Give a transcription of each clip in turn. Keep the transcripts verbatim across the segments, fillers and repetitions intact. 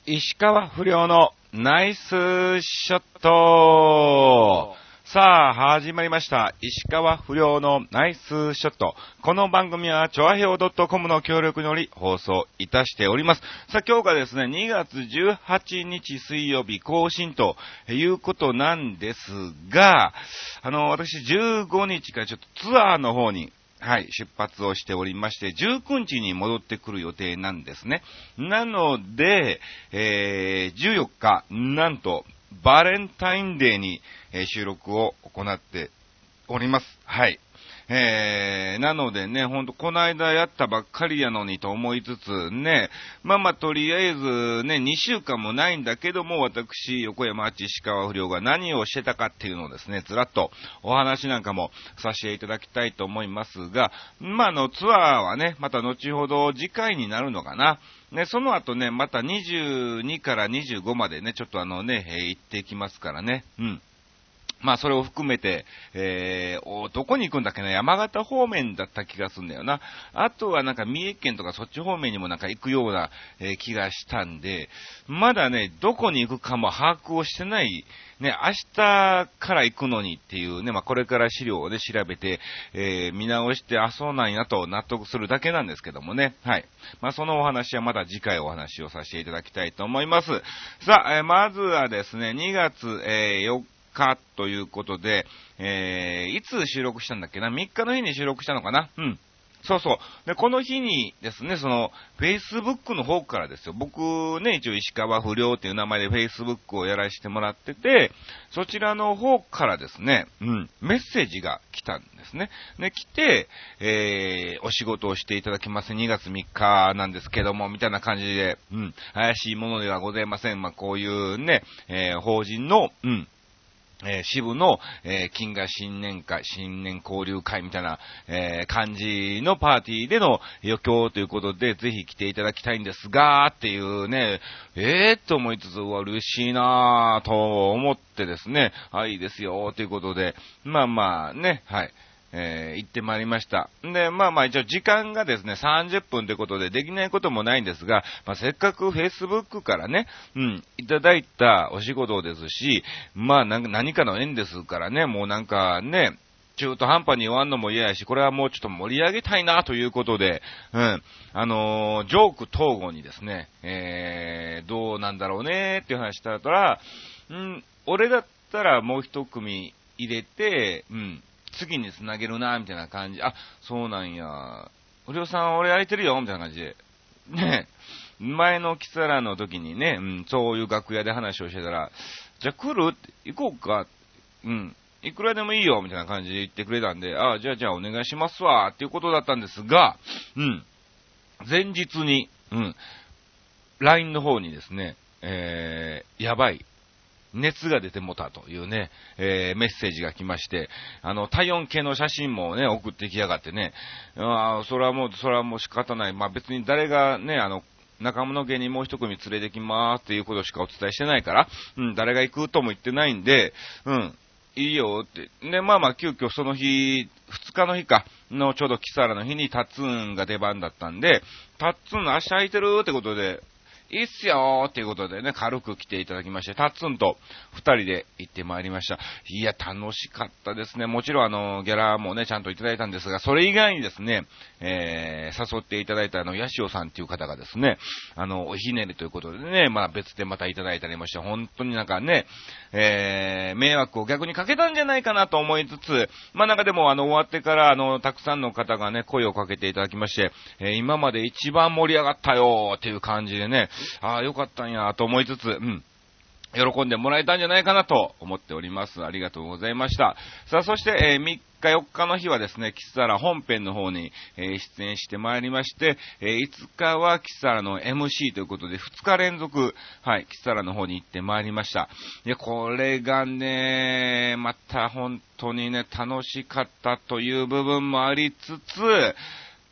石川不良のナイスショット。さあ、始まりました。石川不良のナイスショット。この番組は、チョアヘオ .com の協力により放送いたしております。さあ、今日がですね、にがつじゅうはちにち水曜日更新ということなんですが、あの、私じゅうごにちからちょっとツアーの方に、はい、出発をしておりまして、じゅうくにちに戻ってくる予定なんですね。なので、えー、じゅうよっか、なんと、バレンタインデーに、えー、収録を行っております。はい。えー、なのでね、ほんとこの間やったばっかりやのにと思いつつね、まあまあとりあえずね、にしゅうかんもないんだけども、私、横山あち石川不良が何をしてたかっていうのをですね、ずらっとお話なんかもさせていただきたいと思いますが、まああのツアーはね、また後ほど次回になるのかな。ね、その後ね、またにじゅうにからにじゅうごまでね、ちょっとあのね、えー、行ってきますからね。うん。まあ、それを含めて、えー、どこに行くんだっけな、山形方面だった気がするんだよな。あとはなんか三重県とかそっち方面にもなんか行くような、えー、気がしたんで、まだね、どこに行くかも把握をしてない、ね、明日から行くのにっていうね、まあ、これから資料をね、調べて、えー、見直して、あ、そうなんやと納得するだけなんですけどもね。はい。まあ、そのお話はまた次回お話をさせていただきたいと思います。さあ、えー、まずはですね、にがつ、えー、よっかということで、えー、いつ収録したんだっけな ?みっか の日に収録したのかなうん。そうそう。で、この日にですね、その、Facebook の方からですよ。僕ね、一応石川不良っていう名前で Facebook をやらせてもらってて、そちらの方からですね、うん、メッセージが来たんですね。で、来て、えー、お仕事をしていただきます。にがつみっかなんですけども、みたいな感じで、うん、怪しいものではございません。まあ、こういうね、えー、法人の、うん、えー、支部の、えー、金河新年会、新年交流会みたいな、えー、感じのパーティーでの余興ということで、ぜひ来ていただきたいんですが、っていうね、えー、と思いつつ、うわ、嬉しいなぁ、と思ってですね、はい、いいですよ、ということで、まあまあね、はい。えー、行ってまいりました。で、まあまあ一応時間がですね、さんじゅっぷんということでできないこともないんですが、まあせっかく Facebook からね、うん、いただいたお仕事ですし、まあなんか何かの縁ですからね、もうなんかね、中途半端に終わんのも嫌やし、これはもうちょっと盛り上げたいなということで、うん、あのー、ジョーク統合にですね、えー、どうなんだろうねっていう話したら、うん、俺だったらもう一組入れて、うん、次に繋げるな、みたいな感じ。あ、そうなんや。不良さん、俺空いてるよ、みたいな感じで。ね前のキサラの時にね、うん、そういう楽屋で話をしてたら、じゃあ来るって、行こうか。うん。いくらでもいいよ、みたいな感じで言ってくれたんで、ああ、じゃあじゃあお願いしますわ、っていうことだったんですが、うん。前日に、うん。ライン の方にですね、えー、やばい。熱が出てもたというね、えー、メッセージが来まして、あの、体温計の写真もね、送ってきやがってね、ああ、それはもう、それはもう仕方ない。まあ別に誰がね、あの、仲間の芸人もう一組連れてきまーすっていうことしかお伝えしてないから、うん、誰が行くとも言ってないんで、うん、いいよって。で、まあまあ急遽その日、二日の日か、のちょうどキサラの日にタッツンが出番だったんで、タッツン明日空いてるってことで、いいっすよーっていうことでね、軽く来ていただきまして、タッツンと二人で行ってまいりました。いや、楽しかったですね。もちろんあの、ギャラもね、ちゃんといただいたんですが、それ以外にですね、えー、誘っていただいたあの、ヤシオさんっていう方がですね、あの、おひねりということでね、まあ別でまたいただいたりまして、本当になんかね、えー、迷惑を逆にかけたんじゃないかなと思いつつ、まあなんかでもあの、終わってからあの、たくさんの方がね、声をかけていただきまして、えー、今まで一番盛り上がったよーっていう感じでね、ああ、よかったんやと思いつつ、うん。喜んでもらえたんじゃないかなと思っております。ありがとうございました。さあ、そして、えー、みっかよっかの日はですね、キサラ本編の方に、えー、出演してまいりまして、えー、いつかはキサラの エムシー ということで、ふつか連続、はい、キサラの方に行ってまいりました。いや、これがね、また本当にね、楽しかったという部分もありつつ、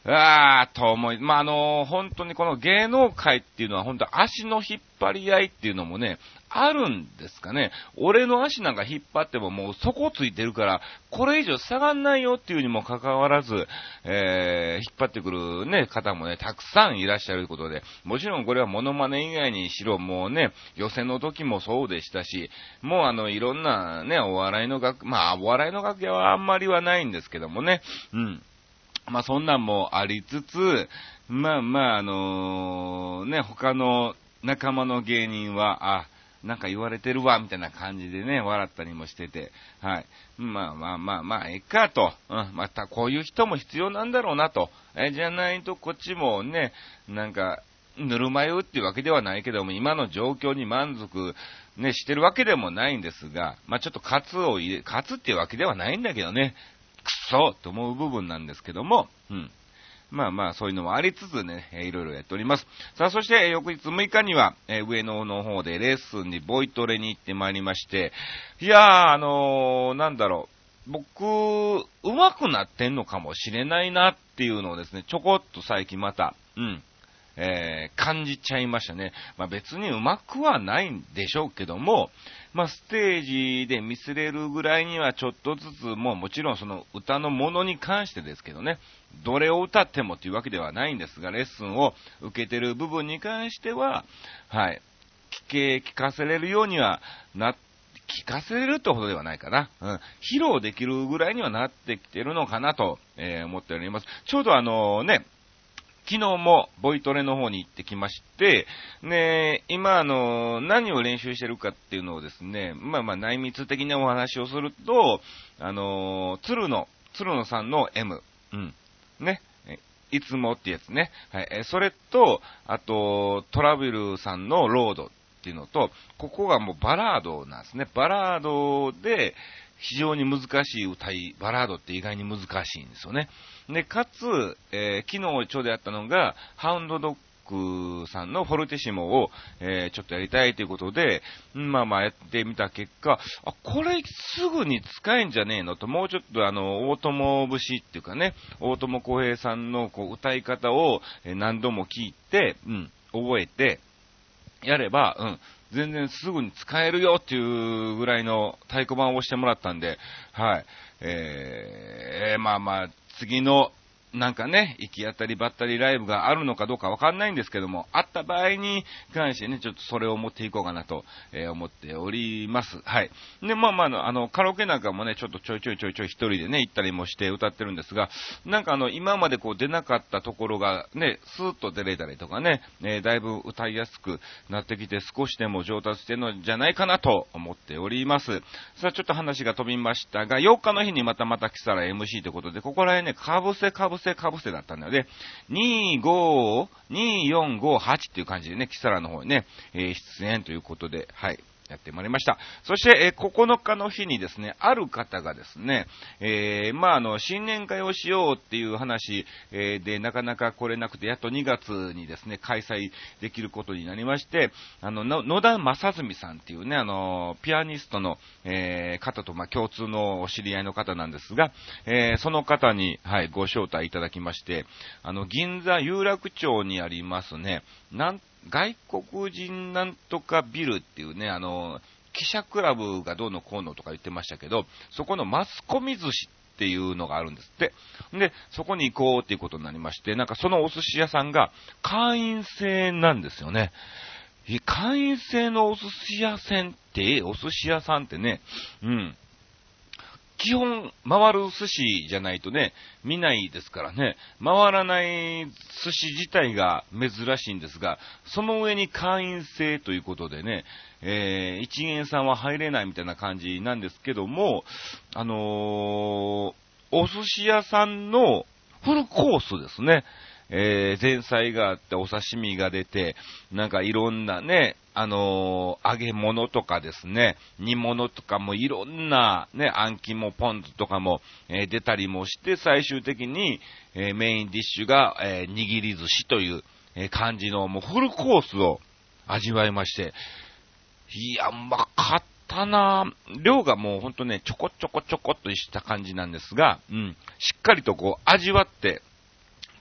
あーと思い、まあ、あのー、本当にこの芸能界っていうのは本当足の引っ張り合いっていうのもね、あるんですかね。俺の足なんか引っ張ってももう底ついてるから、これ以上下がんないよっていうにもかかわらず、えー、引っ張ってくるね、方もね、たくさんいらっしゃるということで、もちろんこれはモノマネ以外にしろ、もうね、予選の時もそうでしたし、もうあの、いろんなね、お笑いの楽、まあ、お笑いの楽屋はあんまりはないんですけどもね、うん。まあそんなんもありつつ、まあまああのね、他の仲間の芸人は、あ、なんか言われてるわ、みたいな感じでね、笑ったりもしてて、はい。まあまあまあまあ、ええかと。うん、またこういう人も必要なんだろうなと。え、じゃないとこっちもね、なんか、ぬるま湯っていうわけではないけども、今の状況に満足ね、してるわけでもないんですが、まあちょっとカツを入れ、カツっていうわけではないんだけどね、くそと思う部分なんですけども、うん。まあまあ、そういうのもありつつね、えー、いろいろやっております。さあ、そして、えー、翌日むいかには、えー、上野の方でレッスンにボイトレに行ってまいりまして、いやー、あのー、なんだろう、僕、上手くなってんのかもしれないなっていうのをですね、ちょこっと最近また、うん、えー、感じちゃいましたね。まあ別に上手くはないんでしょうけども、まあステージで見せれるぐらいにはちょっとずつ、もうもちろんその歌のものに関してですけどね、どれを歌ってもというわけではないんですが、レッスンを受けてる部分に関しては、はい、聞け、聞かせれるようにはなって聞かせれるってほどではないかな。うん。披露できるぐらいにはなってきてるのかなと、えー、思っております。ちょうどあのね、昨日もボイトレの方に行ってきまして、ね、今あの、何を練習してるかっていうのをですね、まあまあ内密的なお話をすると、あの、鶴野、鶴野さんの M、うん、ね、いつもってやつね、はい、それと、あと、トラベルさんのロードっていうのと、ここがもうバラードなんですね。バラードで、非常に難しい歌い、バラードって意外に難しいんですよね。で、かつ、えー、昨日ちょうどやったのが、ハウンドドッグさんのフォルテシモを、えー、ちょっとやりたいということで、まあまあやってみた結果、あ、これすぐに使えんじゃねえのと、もうちょっとあの、大友節っていうかね、大友小平さんのこう歌い方を何度も聞いて、うん、覚えて、やれば、うん、全然すぐに使えるよっていうぐらいの太鼓判を押してもらったんで、はい。えー、まあまあ、次の、なんかね、行き当たりばったりライブがあるのかどうかわかんないんですけども、あった場合に関してね、ちょっとそれを持っていこうかなと、えー、思っております。はい。で、まあまあ、あの、カラオケなんかもね、ちょっとちょいちょいちょいちょい一人でね、行ったりもして歌ってるんですが、なんかあの、今までこう出なかったところがね、スーッと出れたりとかね、えー、だいぶ歌いやすくなってきて少しでも上達してるのじゃないかなと思っております。さあ、ちょっと話が飛びましたが、よっかの日にまたまた来たら エムシー ということで、ここら辺ね、かぶせかぶせかぶせだったんだよね。に、ご、に、よん、ご、はちっていう感じでね、キサラの方にね、えー、出演ということで、はい。やってまいりました。そして、えー、ここのかの日にですね、ある方がですね、えー、まあ、あの、新年会をしようっていう話、えー、で、なかなか来れなくて、やっとにがつにですね、開催できることになりまして、あの、の野田正純さんっていうね、あの、ピアニストの、えー、方と、まあ、共通のお知り合いの方なんですが、えー、その方に、はい、ご招待いただきまして、あの、銀座有楽町にありますね、なん外国人なんとかビルっていうね、あの、記者クラブがどうのこうのとか言ってましたけど、そこのマスコミ寿司っていうのがあるんですって。で、そこに行こうっていうことになりまして、なんかそのお寿司屋さんが会員制なんですよね。会員制のお寿司屋さんって、お寿司屋さんってね、うん。基本、回る寿司じゃないとね、見ないですからね、回らない寿司自体が珍しいんですが、その上に会員制ということでね、えー、一元さんは入れないみたいな感じなんですけども、あのー、お寿司屋さんのフルコースですね。えー、前菜があってお刺身が出て、なんかいろんなね、あのー、揚げ物とかですね、煮物とかもいろんなね、あん肝ポン酢とかも、えー、出たりもして、最終的に、えー、メインディッシュが、えー、握り寿司という、えー、感じのもうフルコースを味わいまして、いや、まかったなぁ。量がもうほんとね、ちょこちょこちょこっとした感じなんですが、うん、しっかりとこう味わって、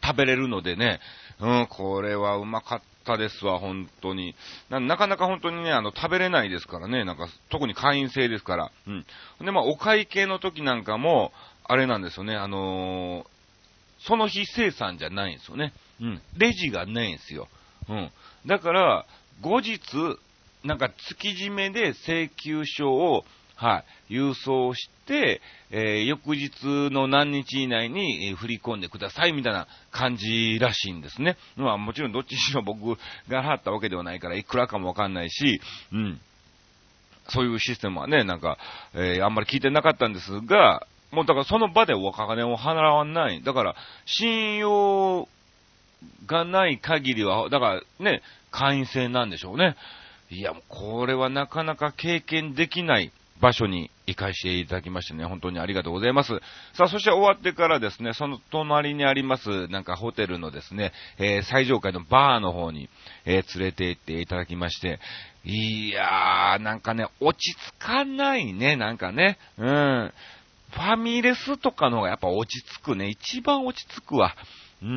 食べれるのでね、うん、これはうまかったですわ、本当に。な, なかなか本当にね、あの、食べれないですからね、なんか、特に会員制ですから。うん。で、まあ、お会計の時なんかも、あれなんですよね、あのー、その日生産じゃないんですよね。うん。レジがないんですよ。うん。だから、後日、なんか月締めで請求書を、はい、郵送して、えー、翌日の何日以内に、えー、振り込んでくださいみたいな感じらしいんですね。まあもちろんどっちにしろ僕が払ったわけではないからいくらかもわかんないし、うん。そういうシステムはね、なんか、えー、あんまり聞いてなかったんですが、もうだからその場でお金を払わない。だから、信用がない限りは、だからね、会員制なんでしょうね。いや、これはなかなか経験できない場所に行かせていただきましてね、本当にありがとうございます。さあ、そして終わってからですね、その隣にあります、なんかホテルのですね、えー、最上階のバーの方に、えー、連れて行っていただきまして、いやー、なんかね、落ち着かないね、なんかね、うん。ファミレスとかの方がやっぱ落ち着くね、一番落ち着くわ。うん。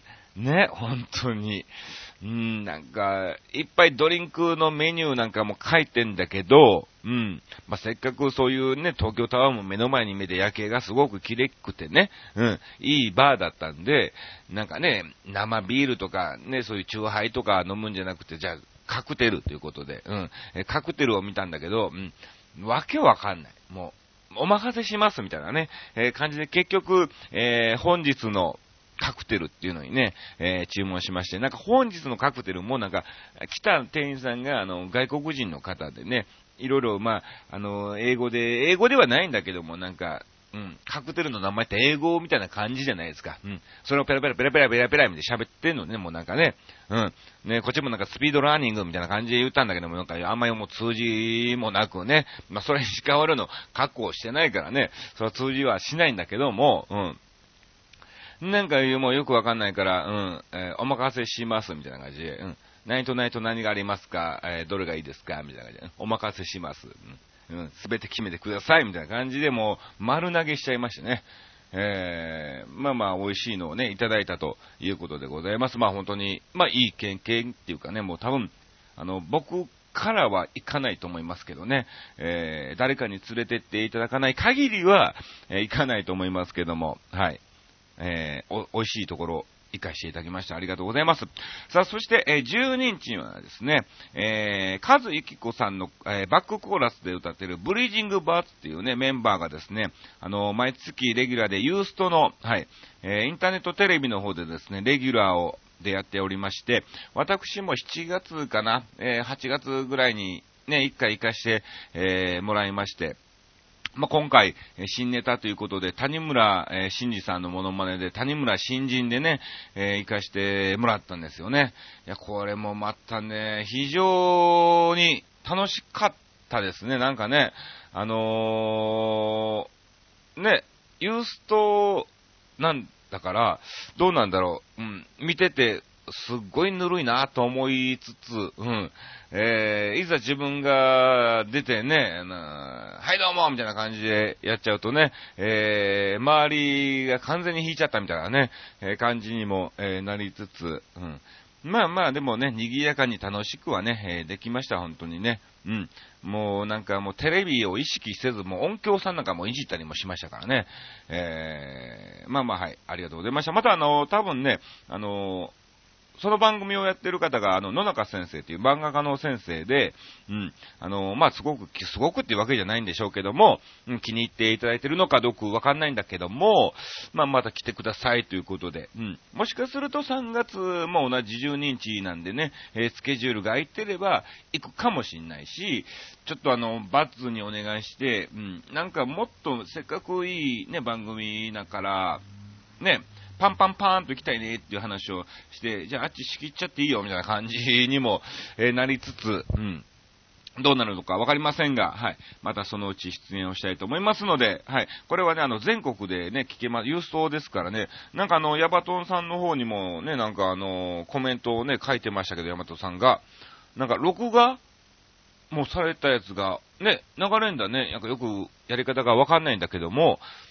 ね、本当に。うん、なんか、いっぱいドリンクのメニューなんかも書いてんだけど、うん。まあ、せっかくそういうね、東京タワーも目の前に見て夜景がすごく綺麗くてね、うん、いいバーだったんで、なんかね、生ビールとかね、そういうチューハイとか飲むんじゃなくて、じゃあ、カクテルということで、うん、カクテルを見たんだけど、うん、わけわかんない。もう、お任せしますみたいなね、えー、感じで結局、えー、本日のカクテルっていうのにね、えー、注文しまして、なんか本日のカクテルもなんか、来た店員さんがあの、外国人の方でね、いろいろ、まあ、あの、英語で、英語ではないんだけども、なんか、うん、カクテルの名前って英語みたいな感じじゃないですか。うん。それをペラペラペラペラペラペラみたいに喋ってんのね、もうなんかね。うん。ね、こっちもなんかスピードラーニングみたいな感じで言ったんだけども、なんかあんまりもう通じもなくね。まあ、それに変わるの確保してないからね。それは通じはしないんだけども、うん。なんかもうよくわかんないから、うん、えー、お任せしますみたいな感じで、うん。何と何と何がありますか、えー、どれがいいですかみたいな感じで、お任せします。うん。すべて決めてくださいみたいな感じでもう丸投げしちゃいましたね。えー、まあまあ美味しいのをね、いただいたということでございます。まあ本当に、まあいい経験っていうかね、もう多分、あの、僕からは行かないと思いますけどね、えー、誰かに連れてっていただかない限りは、えー、行かないと思いますけども、はい。えー、お、美味しいところ、行かせていただきました。ありがとうございます。さあ、そして、えー、じゅうににちにはですね、えー、カズユキコさんの、えー、バックコーラスで歌っているブリージングバーツっていうね、メンバーがですね、あのー、毎月レギュラーでユーストの、はい、えー、インターネットテレビの方でですね、レギュラーを、でやっておりまして、私もしちがつかな、えー、はちがつぐらいにね、一回行かして、えー、もらいまして、まあ、今回、新ネタということで、谷村、えー、新司さんのモノマネで、谷村新人でね、えー、行かしてもらったんですよね。いや、これもまたね、非常に楽しかったですね。なんかね、あのー、ね、ユーストなんだから、どうなんだろう、うん、見てて、すっごいぬるいなと思いつつ、うん、えー、いざ自分が出てね、あのー、はいどうもみたいな感じでやっちゃうとね、えー、周りが完全に引いちゃったみたいなね、えー、感じにも、えー、なりつつ、うん。まあまあ、でもね、賑やかに楽しくはね、えー、できました、本当にね。うん。もうなんかもうテレビを意識せず、もう音響さんなんかもいじったりもしましたからね。えー、まあまあ、はい、ありがとうございました。またあのー、多分ね、あのー、その番組をやってる方が、あの、野中先生っていう漫画家の先生で、うん、あの、まあ、すごく、すごくっていうわけじゃないんでしょうけども、うん、気に入っていただいてるのかどうかわかんないんだけども、まあ、また来てくださいということで、うん、もしかするとさんがつも同じじゅうににちなんでね、えー、スケジュールが空いてれば行くかもしんないし、ちょっとあの、バツにお願いして、うん、なんかもっとせっかくいいね、番組だから、ね、パンパンパーンと行きたいねっていう話をして、じゃああっち仕切っちゃっていいよみたいな感じにも、えー、なりつつ、うん。どうなるのかわかりませんが、はい。またそのうち出演をしたいと思いますので、はい。これはね、あの、全国でね、聞けま、ユーストですからね、なんかあの、ヤバトンさんの方にもね、なんかあの、コメントをね、書いてましたけど、ヤマトさんが、なんか、録画もうされたやつが、ね、流れんだね、なんかよくやり方がわかんないんだけども、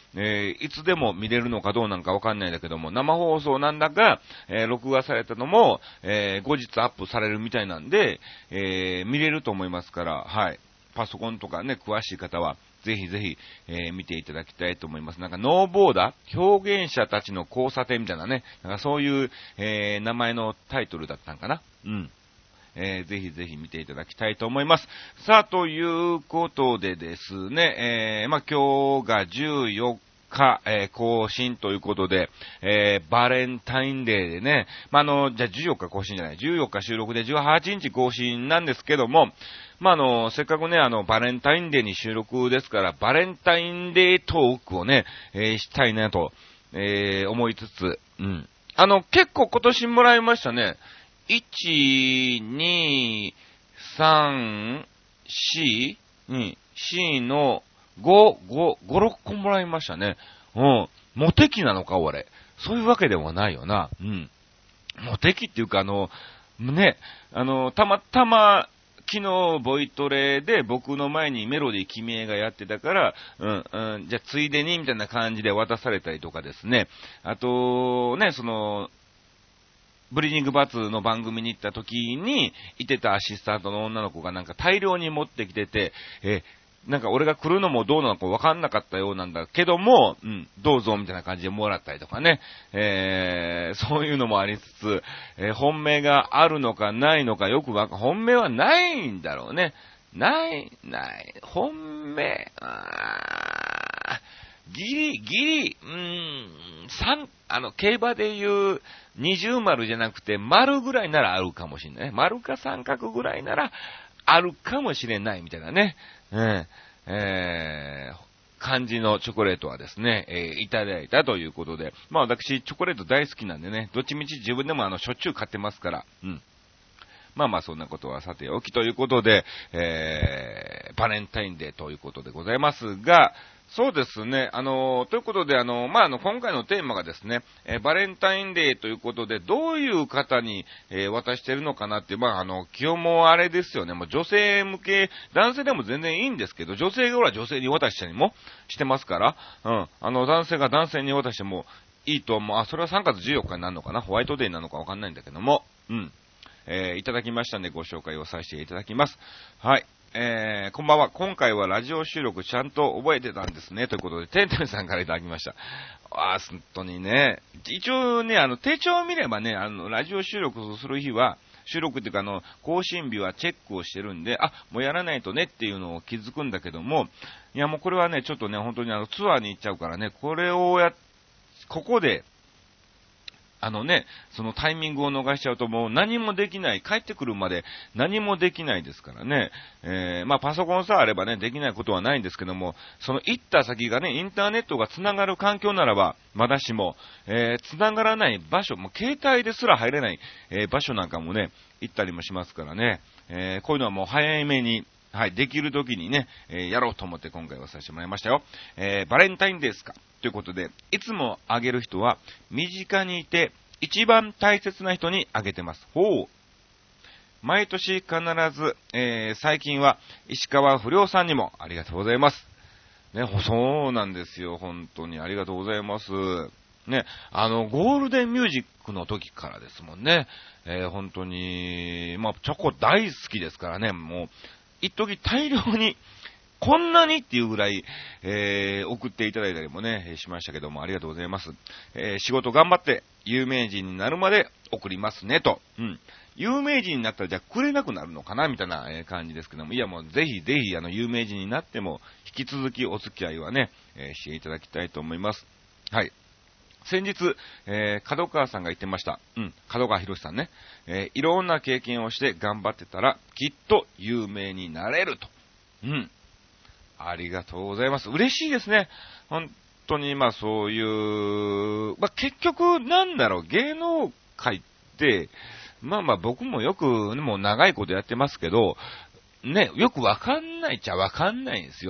えー、いつでも見れるのかどうなんかわかんないんだけども、生放送なんだが、えー、録画されたのも、えー、後日アップされるみたいなんで、えー、見れると思いますから、はい。パソコンとかね、詳しい方は、ぜひぜひ、えー、見ていただきたいと思います。なんか、ノーボーダー表現者たちの交差点みたいなね、なんかそういう、えー、名前のタイトルだったんかな。うん。えー、ぜひぜひ見ていただきたいと思います。さあ、ということでですね、えー、まあ、今日がじゅうよっか、えー、更新ということで、えー、バレンタインデーでね、まあ、あの、じゃあじゅうよっか更新じゃない、じゅうよっか収録でじゅうはちにち更新なんですけども、まあ、あの、せっかくね、あの、バレンタインデーに収録ですから、バレンタインデートークをね、えー、したいなと、えー、思いつつ、うん。あの、結構今年もらいましたね。いち、に、さん、よん、うん、よんのご、ご、ご、ろっこもらいましたね。うん。モテ期なのか、俺。そういうわけでもないよな。うん。モテ期っていうか、あの、ね、あの、たまたま、昨日、ボイトレで僕の前にメロディー君へがやってたから、うん、うん、じゃあついでに、みたいな感じで渡されたりとかですね。あと、ね、その、ブリーディングバツの番組に行った時に、いてたアシスタントの女の子がなんか大量に持ってきてて、え、なんか俺が来るのもどうなのか分かんなかったようなんだけども、うん、どうぞみたいな感じでもらったりとかね、えー、そういうのもありつつ、えー、本命があるのかないのかよくわか、本命はないんだろうね。ない、ない、本命、あー、ギリ、ギリ、うーん、三、あの、競馬で言う、二重丸じゃなくて、丸ぐらいならあるかもしれない。丸か三角ぐらいなら、あるかもしれないみたいなね。うん、えー、感じのチョコレートはですね、えー、いただいたということで。まあ私、チョコレート大好きなんでね、どっちみち自分でもあの、しょっちゅう買ってますから。うん。まあまあそんなことはさておきということで、えー、バレンタインデーということでございますが、そうですね。あの、ということで、あの、まあ、あの、今回のテーマがですね、えー、バレンタインデーということで、どういう方に、えー、渡してるのかなって、まあ、あの、基本もあれですよね。もう女性向け、男性でも全然いいんですけど、女性が女性に渡したりもしてますから、うん。あの、男性が男性に渡してもいいと思う。あ、それはさんがつじゅうよっかになるのかな、ホワイトデーなのかわかんないんだけども、うん。えー、いただきましたんでご紹介をさせていただきます。はい。えー、こんばんは。今回はラジオ収録ちゃんと覚えてたんですね。ということで、てんてんさんからいただきました。あー、本当にね。一応ね、あの、手帳を見ればね、あの、ラジオ収録する日は、収録っていうか、あの、更新日はチェックをしてるんで、あ、もうやらないとねっていうのを気づくんだけども、いや、もうこれはね、ちょっとね、本当にあの、ツアーに行っちゃうからね、これをや、ここで、あのね、そのタイミングを逃しちゃうともう何もできない。帰ってくるまで何もできないですからね。えー、まあパソコンさえあればね、できないことはないんですけども、その行った先がね、インターネットが繋がる環境ならば、まだしも、えー、繋がらない場所、もう携帯ですら入れない、えー、場所なんかもね、行ったりもしますからね。えー、こういうのはもう早めに、はい、できる時にね、えー、やろうと思って今回はさせてもらいましたよ。えー、バレンタインデーですかということで、いつもあげる人は、身近にいて、一番大切な人にあげてます。ほう。毎年必ず、えー、最近は石川不良さんにもありがとうございます。ね、そうなんですよ。本当にありがとうございます。ね、あの、ゴールデンミュージックの時からですもんね。えー、本当に、まあ、チョコ大好きですからね、もう、一時大量に、こんなにっていうぐらい、えー、送っていただいたりもね、しましたけども、ありがとうございます。えー、仕事頑張って有名人になるまで送りますねと。うん。有名人になったらじゃあくれなくなるのかなみたいな感じですけども、いやもうぜひぜひあの有名人になっても引き続きお付き合いはね、えー、していただきたいと思います。はい。先日、えー、角川さんが言ってました。うん、角川博さんね。えー、いろんな経験をして頑張ってたら、きっと有名になれると。うん。ありがとうございます。嬉しいですね。本当に、まあそういう、まあ結局、なんだろう、芸能界って、まあまあ僕もよく、もう長いことやってますけど、ね、よくわかんないっちゃわかんないんですよ。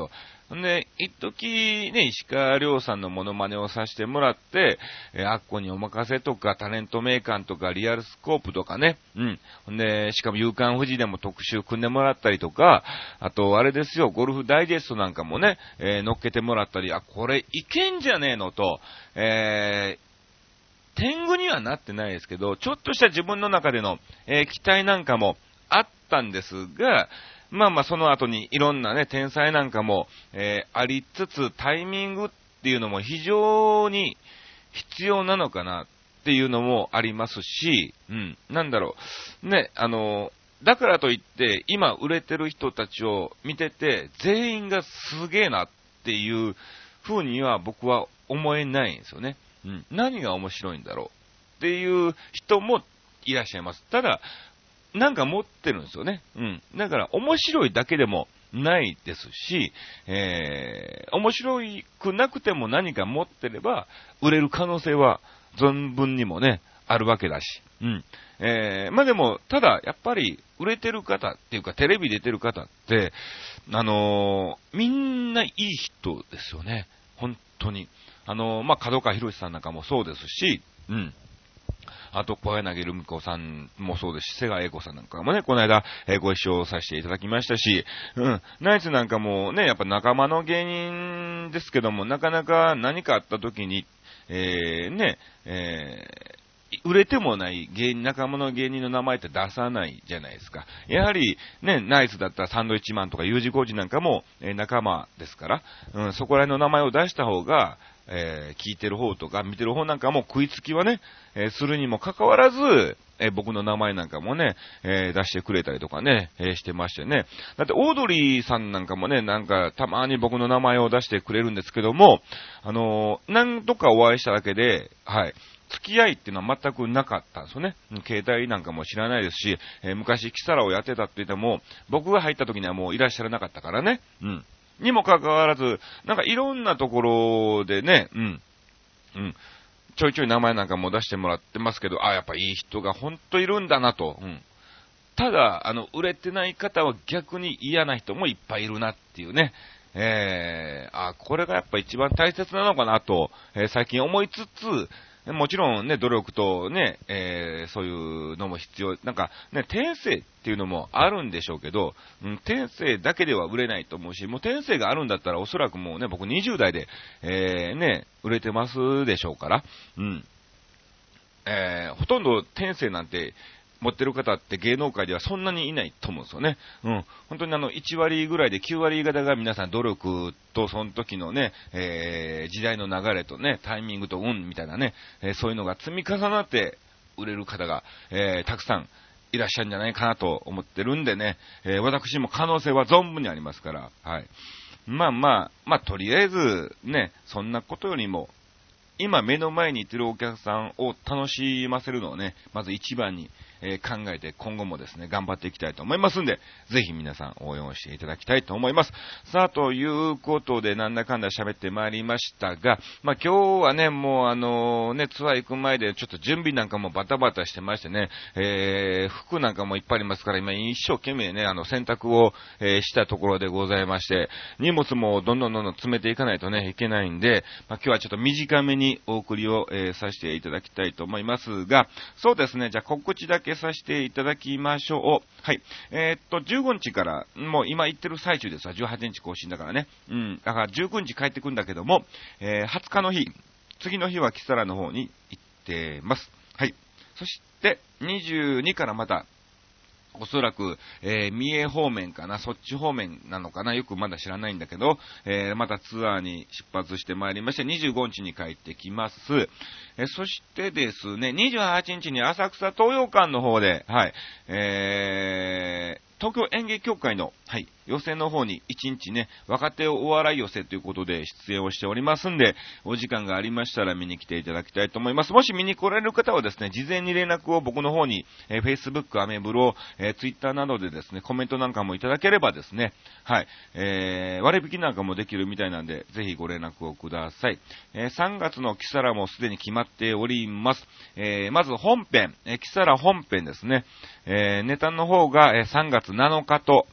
んで、一時ね、石川亮さんのモノマネをさせてもらって、えー、アッコにお任せとか、タレント名鑑とか、リアルスコープとかね、うん。んで、しかも夕刊富士でも特集組んでもらったりとか、あと、あれですよ、ゴルフダイジェストなんかもね、えー、乗っけてもらったり、あ、これいけんじゃねえのと、えー、天狗にはなってないですけど、ちょっとした自分の中での、えー、期待なんかもあったんですが、まあまあその後にいろんなね、天才なんかも、えー、ありつつタイミングっていうのも非常に必要なのかなっていうのもありますし、うん、なんだろう、ね、あの、だからといって今売れてる人たちを見てて全員がすげえなっていう風には僕は思えないんですよね。うん、何が面白いんだろうっていう人もいらっしゃいます。ただ、なんか持ってるんですよね。うん。だから面白いだけでもないですし、えー、面白くなくても何か持ってれば売れる可能性は存分にもね、あるわけだし。うん。えー、まあでも、ただやっぱり売れてる方っていうかテレビ出てる方って、あのー、みんないい人ですよね。本当に。あのー、まあ角川博さんなんかもそうですし、うん。あと、小柳ルミ子さんもそうですし、瀬川栄子さんなんかもね、この間、えー、ご一緒させていただきましたし、うん、ナイツなんかもね、やっぱ仲間の芸人ですけども、なかなか何かあった時に、えー、ね、えー、売れてもない芸人、仲間の芸人の名前って出さないじゃないですか。やはり、ね、ナイツだったらサンドイッチマンとか ユージ コーチなんかも、えー、仲間ですから、うん、そこら辺の名前を出した方が、えー、聞いてる方とか見てる方なんかも食いつきはね、えー、するにもかかわらず、えー、僕の名前なんかもね、えー、出してくれたりとかね、えー、してましてね。だってオードリーさんなんかもね、なんかたまに僕の名前を出してくれるんですけども、あのー、何度かお会いしただけで、はい。付き合いっていうのは全くなかったんですよね。携帯なんかも知らないですし、えー、昔キサラをやってたって言っても、僕が入った時にはもういらっしゃらなかったからね。うん。にもかかわらず、なんかいろんなところでね、うん、うん、ちょいちょい名前なんかも出してもらってますけど、あ、やっぱいい人がほんといるんだなと、うん。ただ、あの、売れてない方は逆に嫌な人もいっぱいいるなっていうね、えー、あ、これがやっぱ一番大切なのかなと、えー、最近思いつつ、もちろんね、努力とね、えー、そういうのも必要。なんかね、天性っていうのもあるんでしょうけど、うん、天性だけでは売れないと思うし、もう天性があるんだったらおそらくもうね、僕にじゅう代で、えー、ね、売れてますでしょうから、うん。えー、ほとんど天性なんて、持ってる方って芸能界ではそんなにいないと思うんですよね。うん。本当にあの、いち割ぐらいできゅう割方が皆さん努力とその時のね、えー、時代の流れとね、タイミングと運みたいなね、えー、そういうのが積み重なって売れる方が、えー、たくさんいらっしゃるんじゃないかなと思ってるんでね、えー、私も可能性は存分にありますから、はい。まあまあ、まあとりあえずね、そんなことよりも、今目の前にいてるお客さんを楽しませるのをね、まず一番に、えー、考えて今後もですね、頑張っていきたいと思いますんで、ぜひ皆さん応援をしていただきたいと思います。さあ、ということで、なんだかんだ喋ってまいりましたが、まあ今日はね、もうあのね、ツアー行く前でちょっと準備なんかもバタバタしてましてね、えー、服なんかもいっぱいありますから、今一生懸命ね、あの洗濯を、えー、したところでございまして、荷物もどんどんどんどん詰めていかないとね、いけないんで、まあ今日はちょっと短めにお送りを、えー、させていただきたいと思いますが、そうですね、じゃあ告知だけさせていただきましょう。はい。えー、っと、じゅうごにちから、もう今行ってる最中ですわ。じゅうはちにち更新だからね。うん。だからじゅうくにち帰ってくるんだけども、えー、はつかの日、次の日はキサラの方に行ってます。はい。そして、にじゅうにからまた、おそらく、えー、三重方面かな、そっち方面なのかな、よくまだ知らないんだけど、えー、またツアーに出発してまいりまして、にじゅうごにちに帰ってきます。えー、そしてですね、にじゅうはちにちに浅草東洋館の方で、はい、えー、東京演芸協会の、はい、予選の方に一日ね、若手お笑い寄せということで出演をしておりますんで、お時間がありましたら見に来ていただきたいと思います。もし見に来られる方はですね、事前に連絡を僕の方に、えー、Facebook、アメブロ、えー、Twitter などでですね、コメントなんかもいただければですね、はい、えー、割引なんかもできるみたいなんで、ぜひご連絡をください。えー、さんがつのキサラもすでに決まっております。えー、まず本編、えー、キサラ本編ですね、えー、ネタの方が、えー、さんがつなのかと、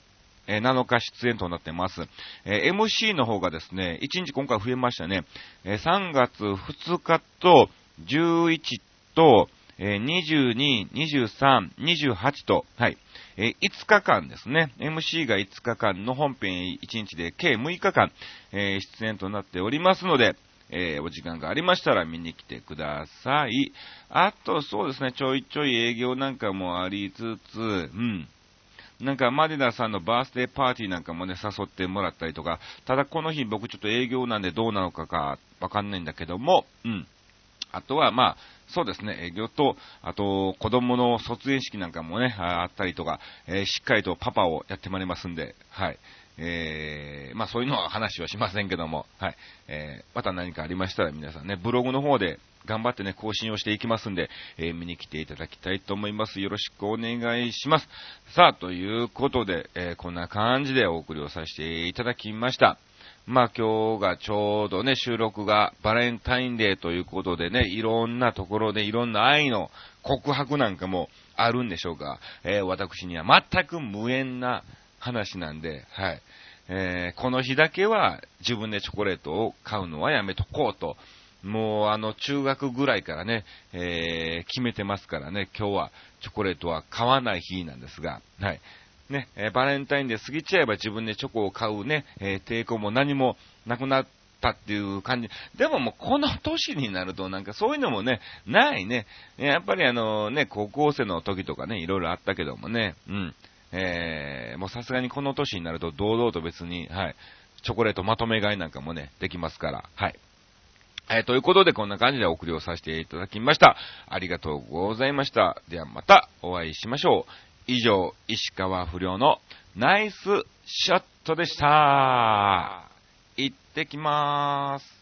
えー、なのか出演となってます。えー、エムシー の方がですね、いちにち今回増えましたね。えー、さんがつふつかとじゅういちと、えー、にじゅうに、にじゅうさん、にじゅうはちと、はい、えー、いつかかんですね。エムシー がいつかかんの本編いちにちで計むいかかん、えー、出演となっておりますので、えー、お時間がありましたら見に来てください。あと、そうですね、ちょいちょい営業なんかもありつつ、うん。なんか、マディナさんのバースデーパーティーなんかもね、誘ってもらったりとか、ただこの日僕ちょっと営業なんでどうなのかかわかんないんだけども、うん。あとは、まあ、そうですね、営業と、あと、子供の卒園式なんかもね、あったりとか、えー、しっかりとパパをやってまいりますんで、はい。えー、まあそういうのは話はしませんけども、はい。えー、また何かありましたら皆さんね、ブログの方で頑張ってね、更新をしていきますんで、えー、見に来ていただきたいと思います。よろしくお願いします。さあ、ということで、えー、こんな感じでお送りをさせていただきました。まあ今日がちょうどね、収録がバレンタインデーということでね、いろんなところでいろんな愛の告白なんかもあるんでしょうが、えー、私には全く無縁な話なんで、はい。えー、この日だけは自分でチョコレートを買うのはやめとこうと、もうあの中学ぐらいからね、えー、決めてますからね、今日はチョコレートは買わない日なんですが、はい。ね、えー、バレンタインで過ぎちゃえば自分でチョコを買うね、えー、抵抗も何もなくなったっていう感じ。でももうこの年になるとなんかそういうのもね、ないね。やっぱりあのね、高校生の時とかね、いろいろあったけどもね、うん。えー、もうさすがにこの年になると堂々と別に、はい、チョコレートまとめ買いなんかもね、できますから、はい。えー、ということでこんな感じでお送りをさせていただきました。ありがとうございました。ではまたお会いしましょう。以上、石川不良のナイスショットでした。行ってきまーす。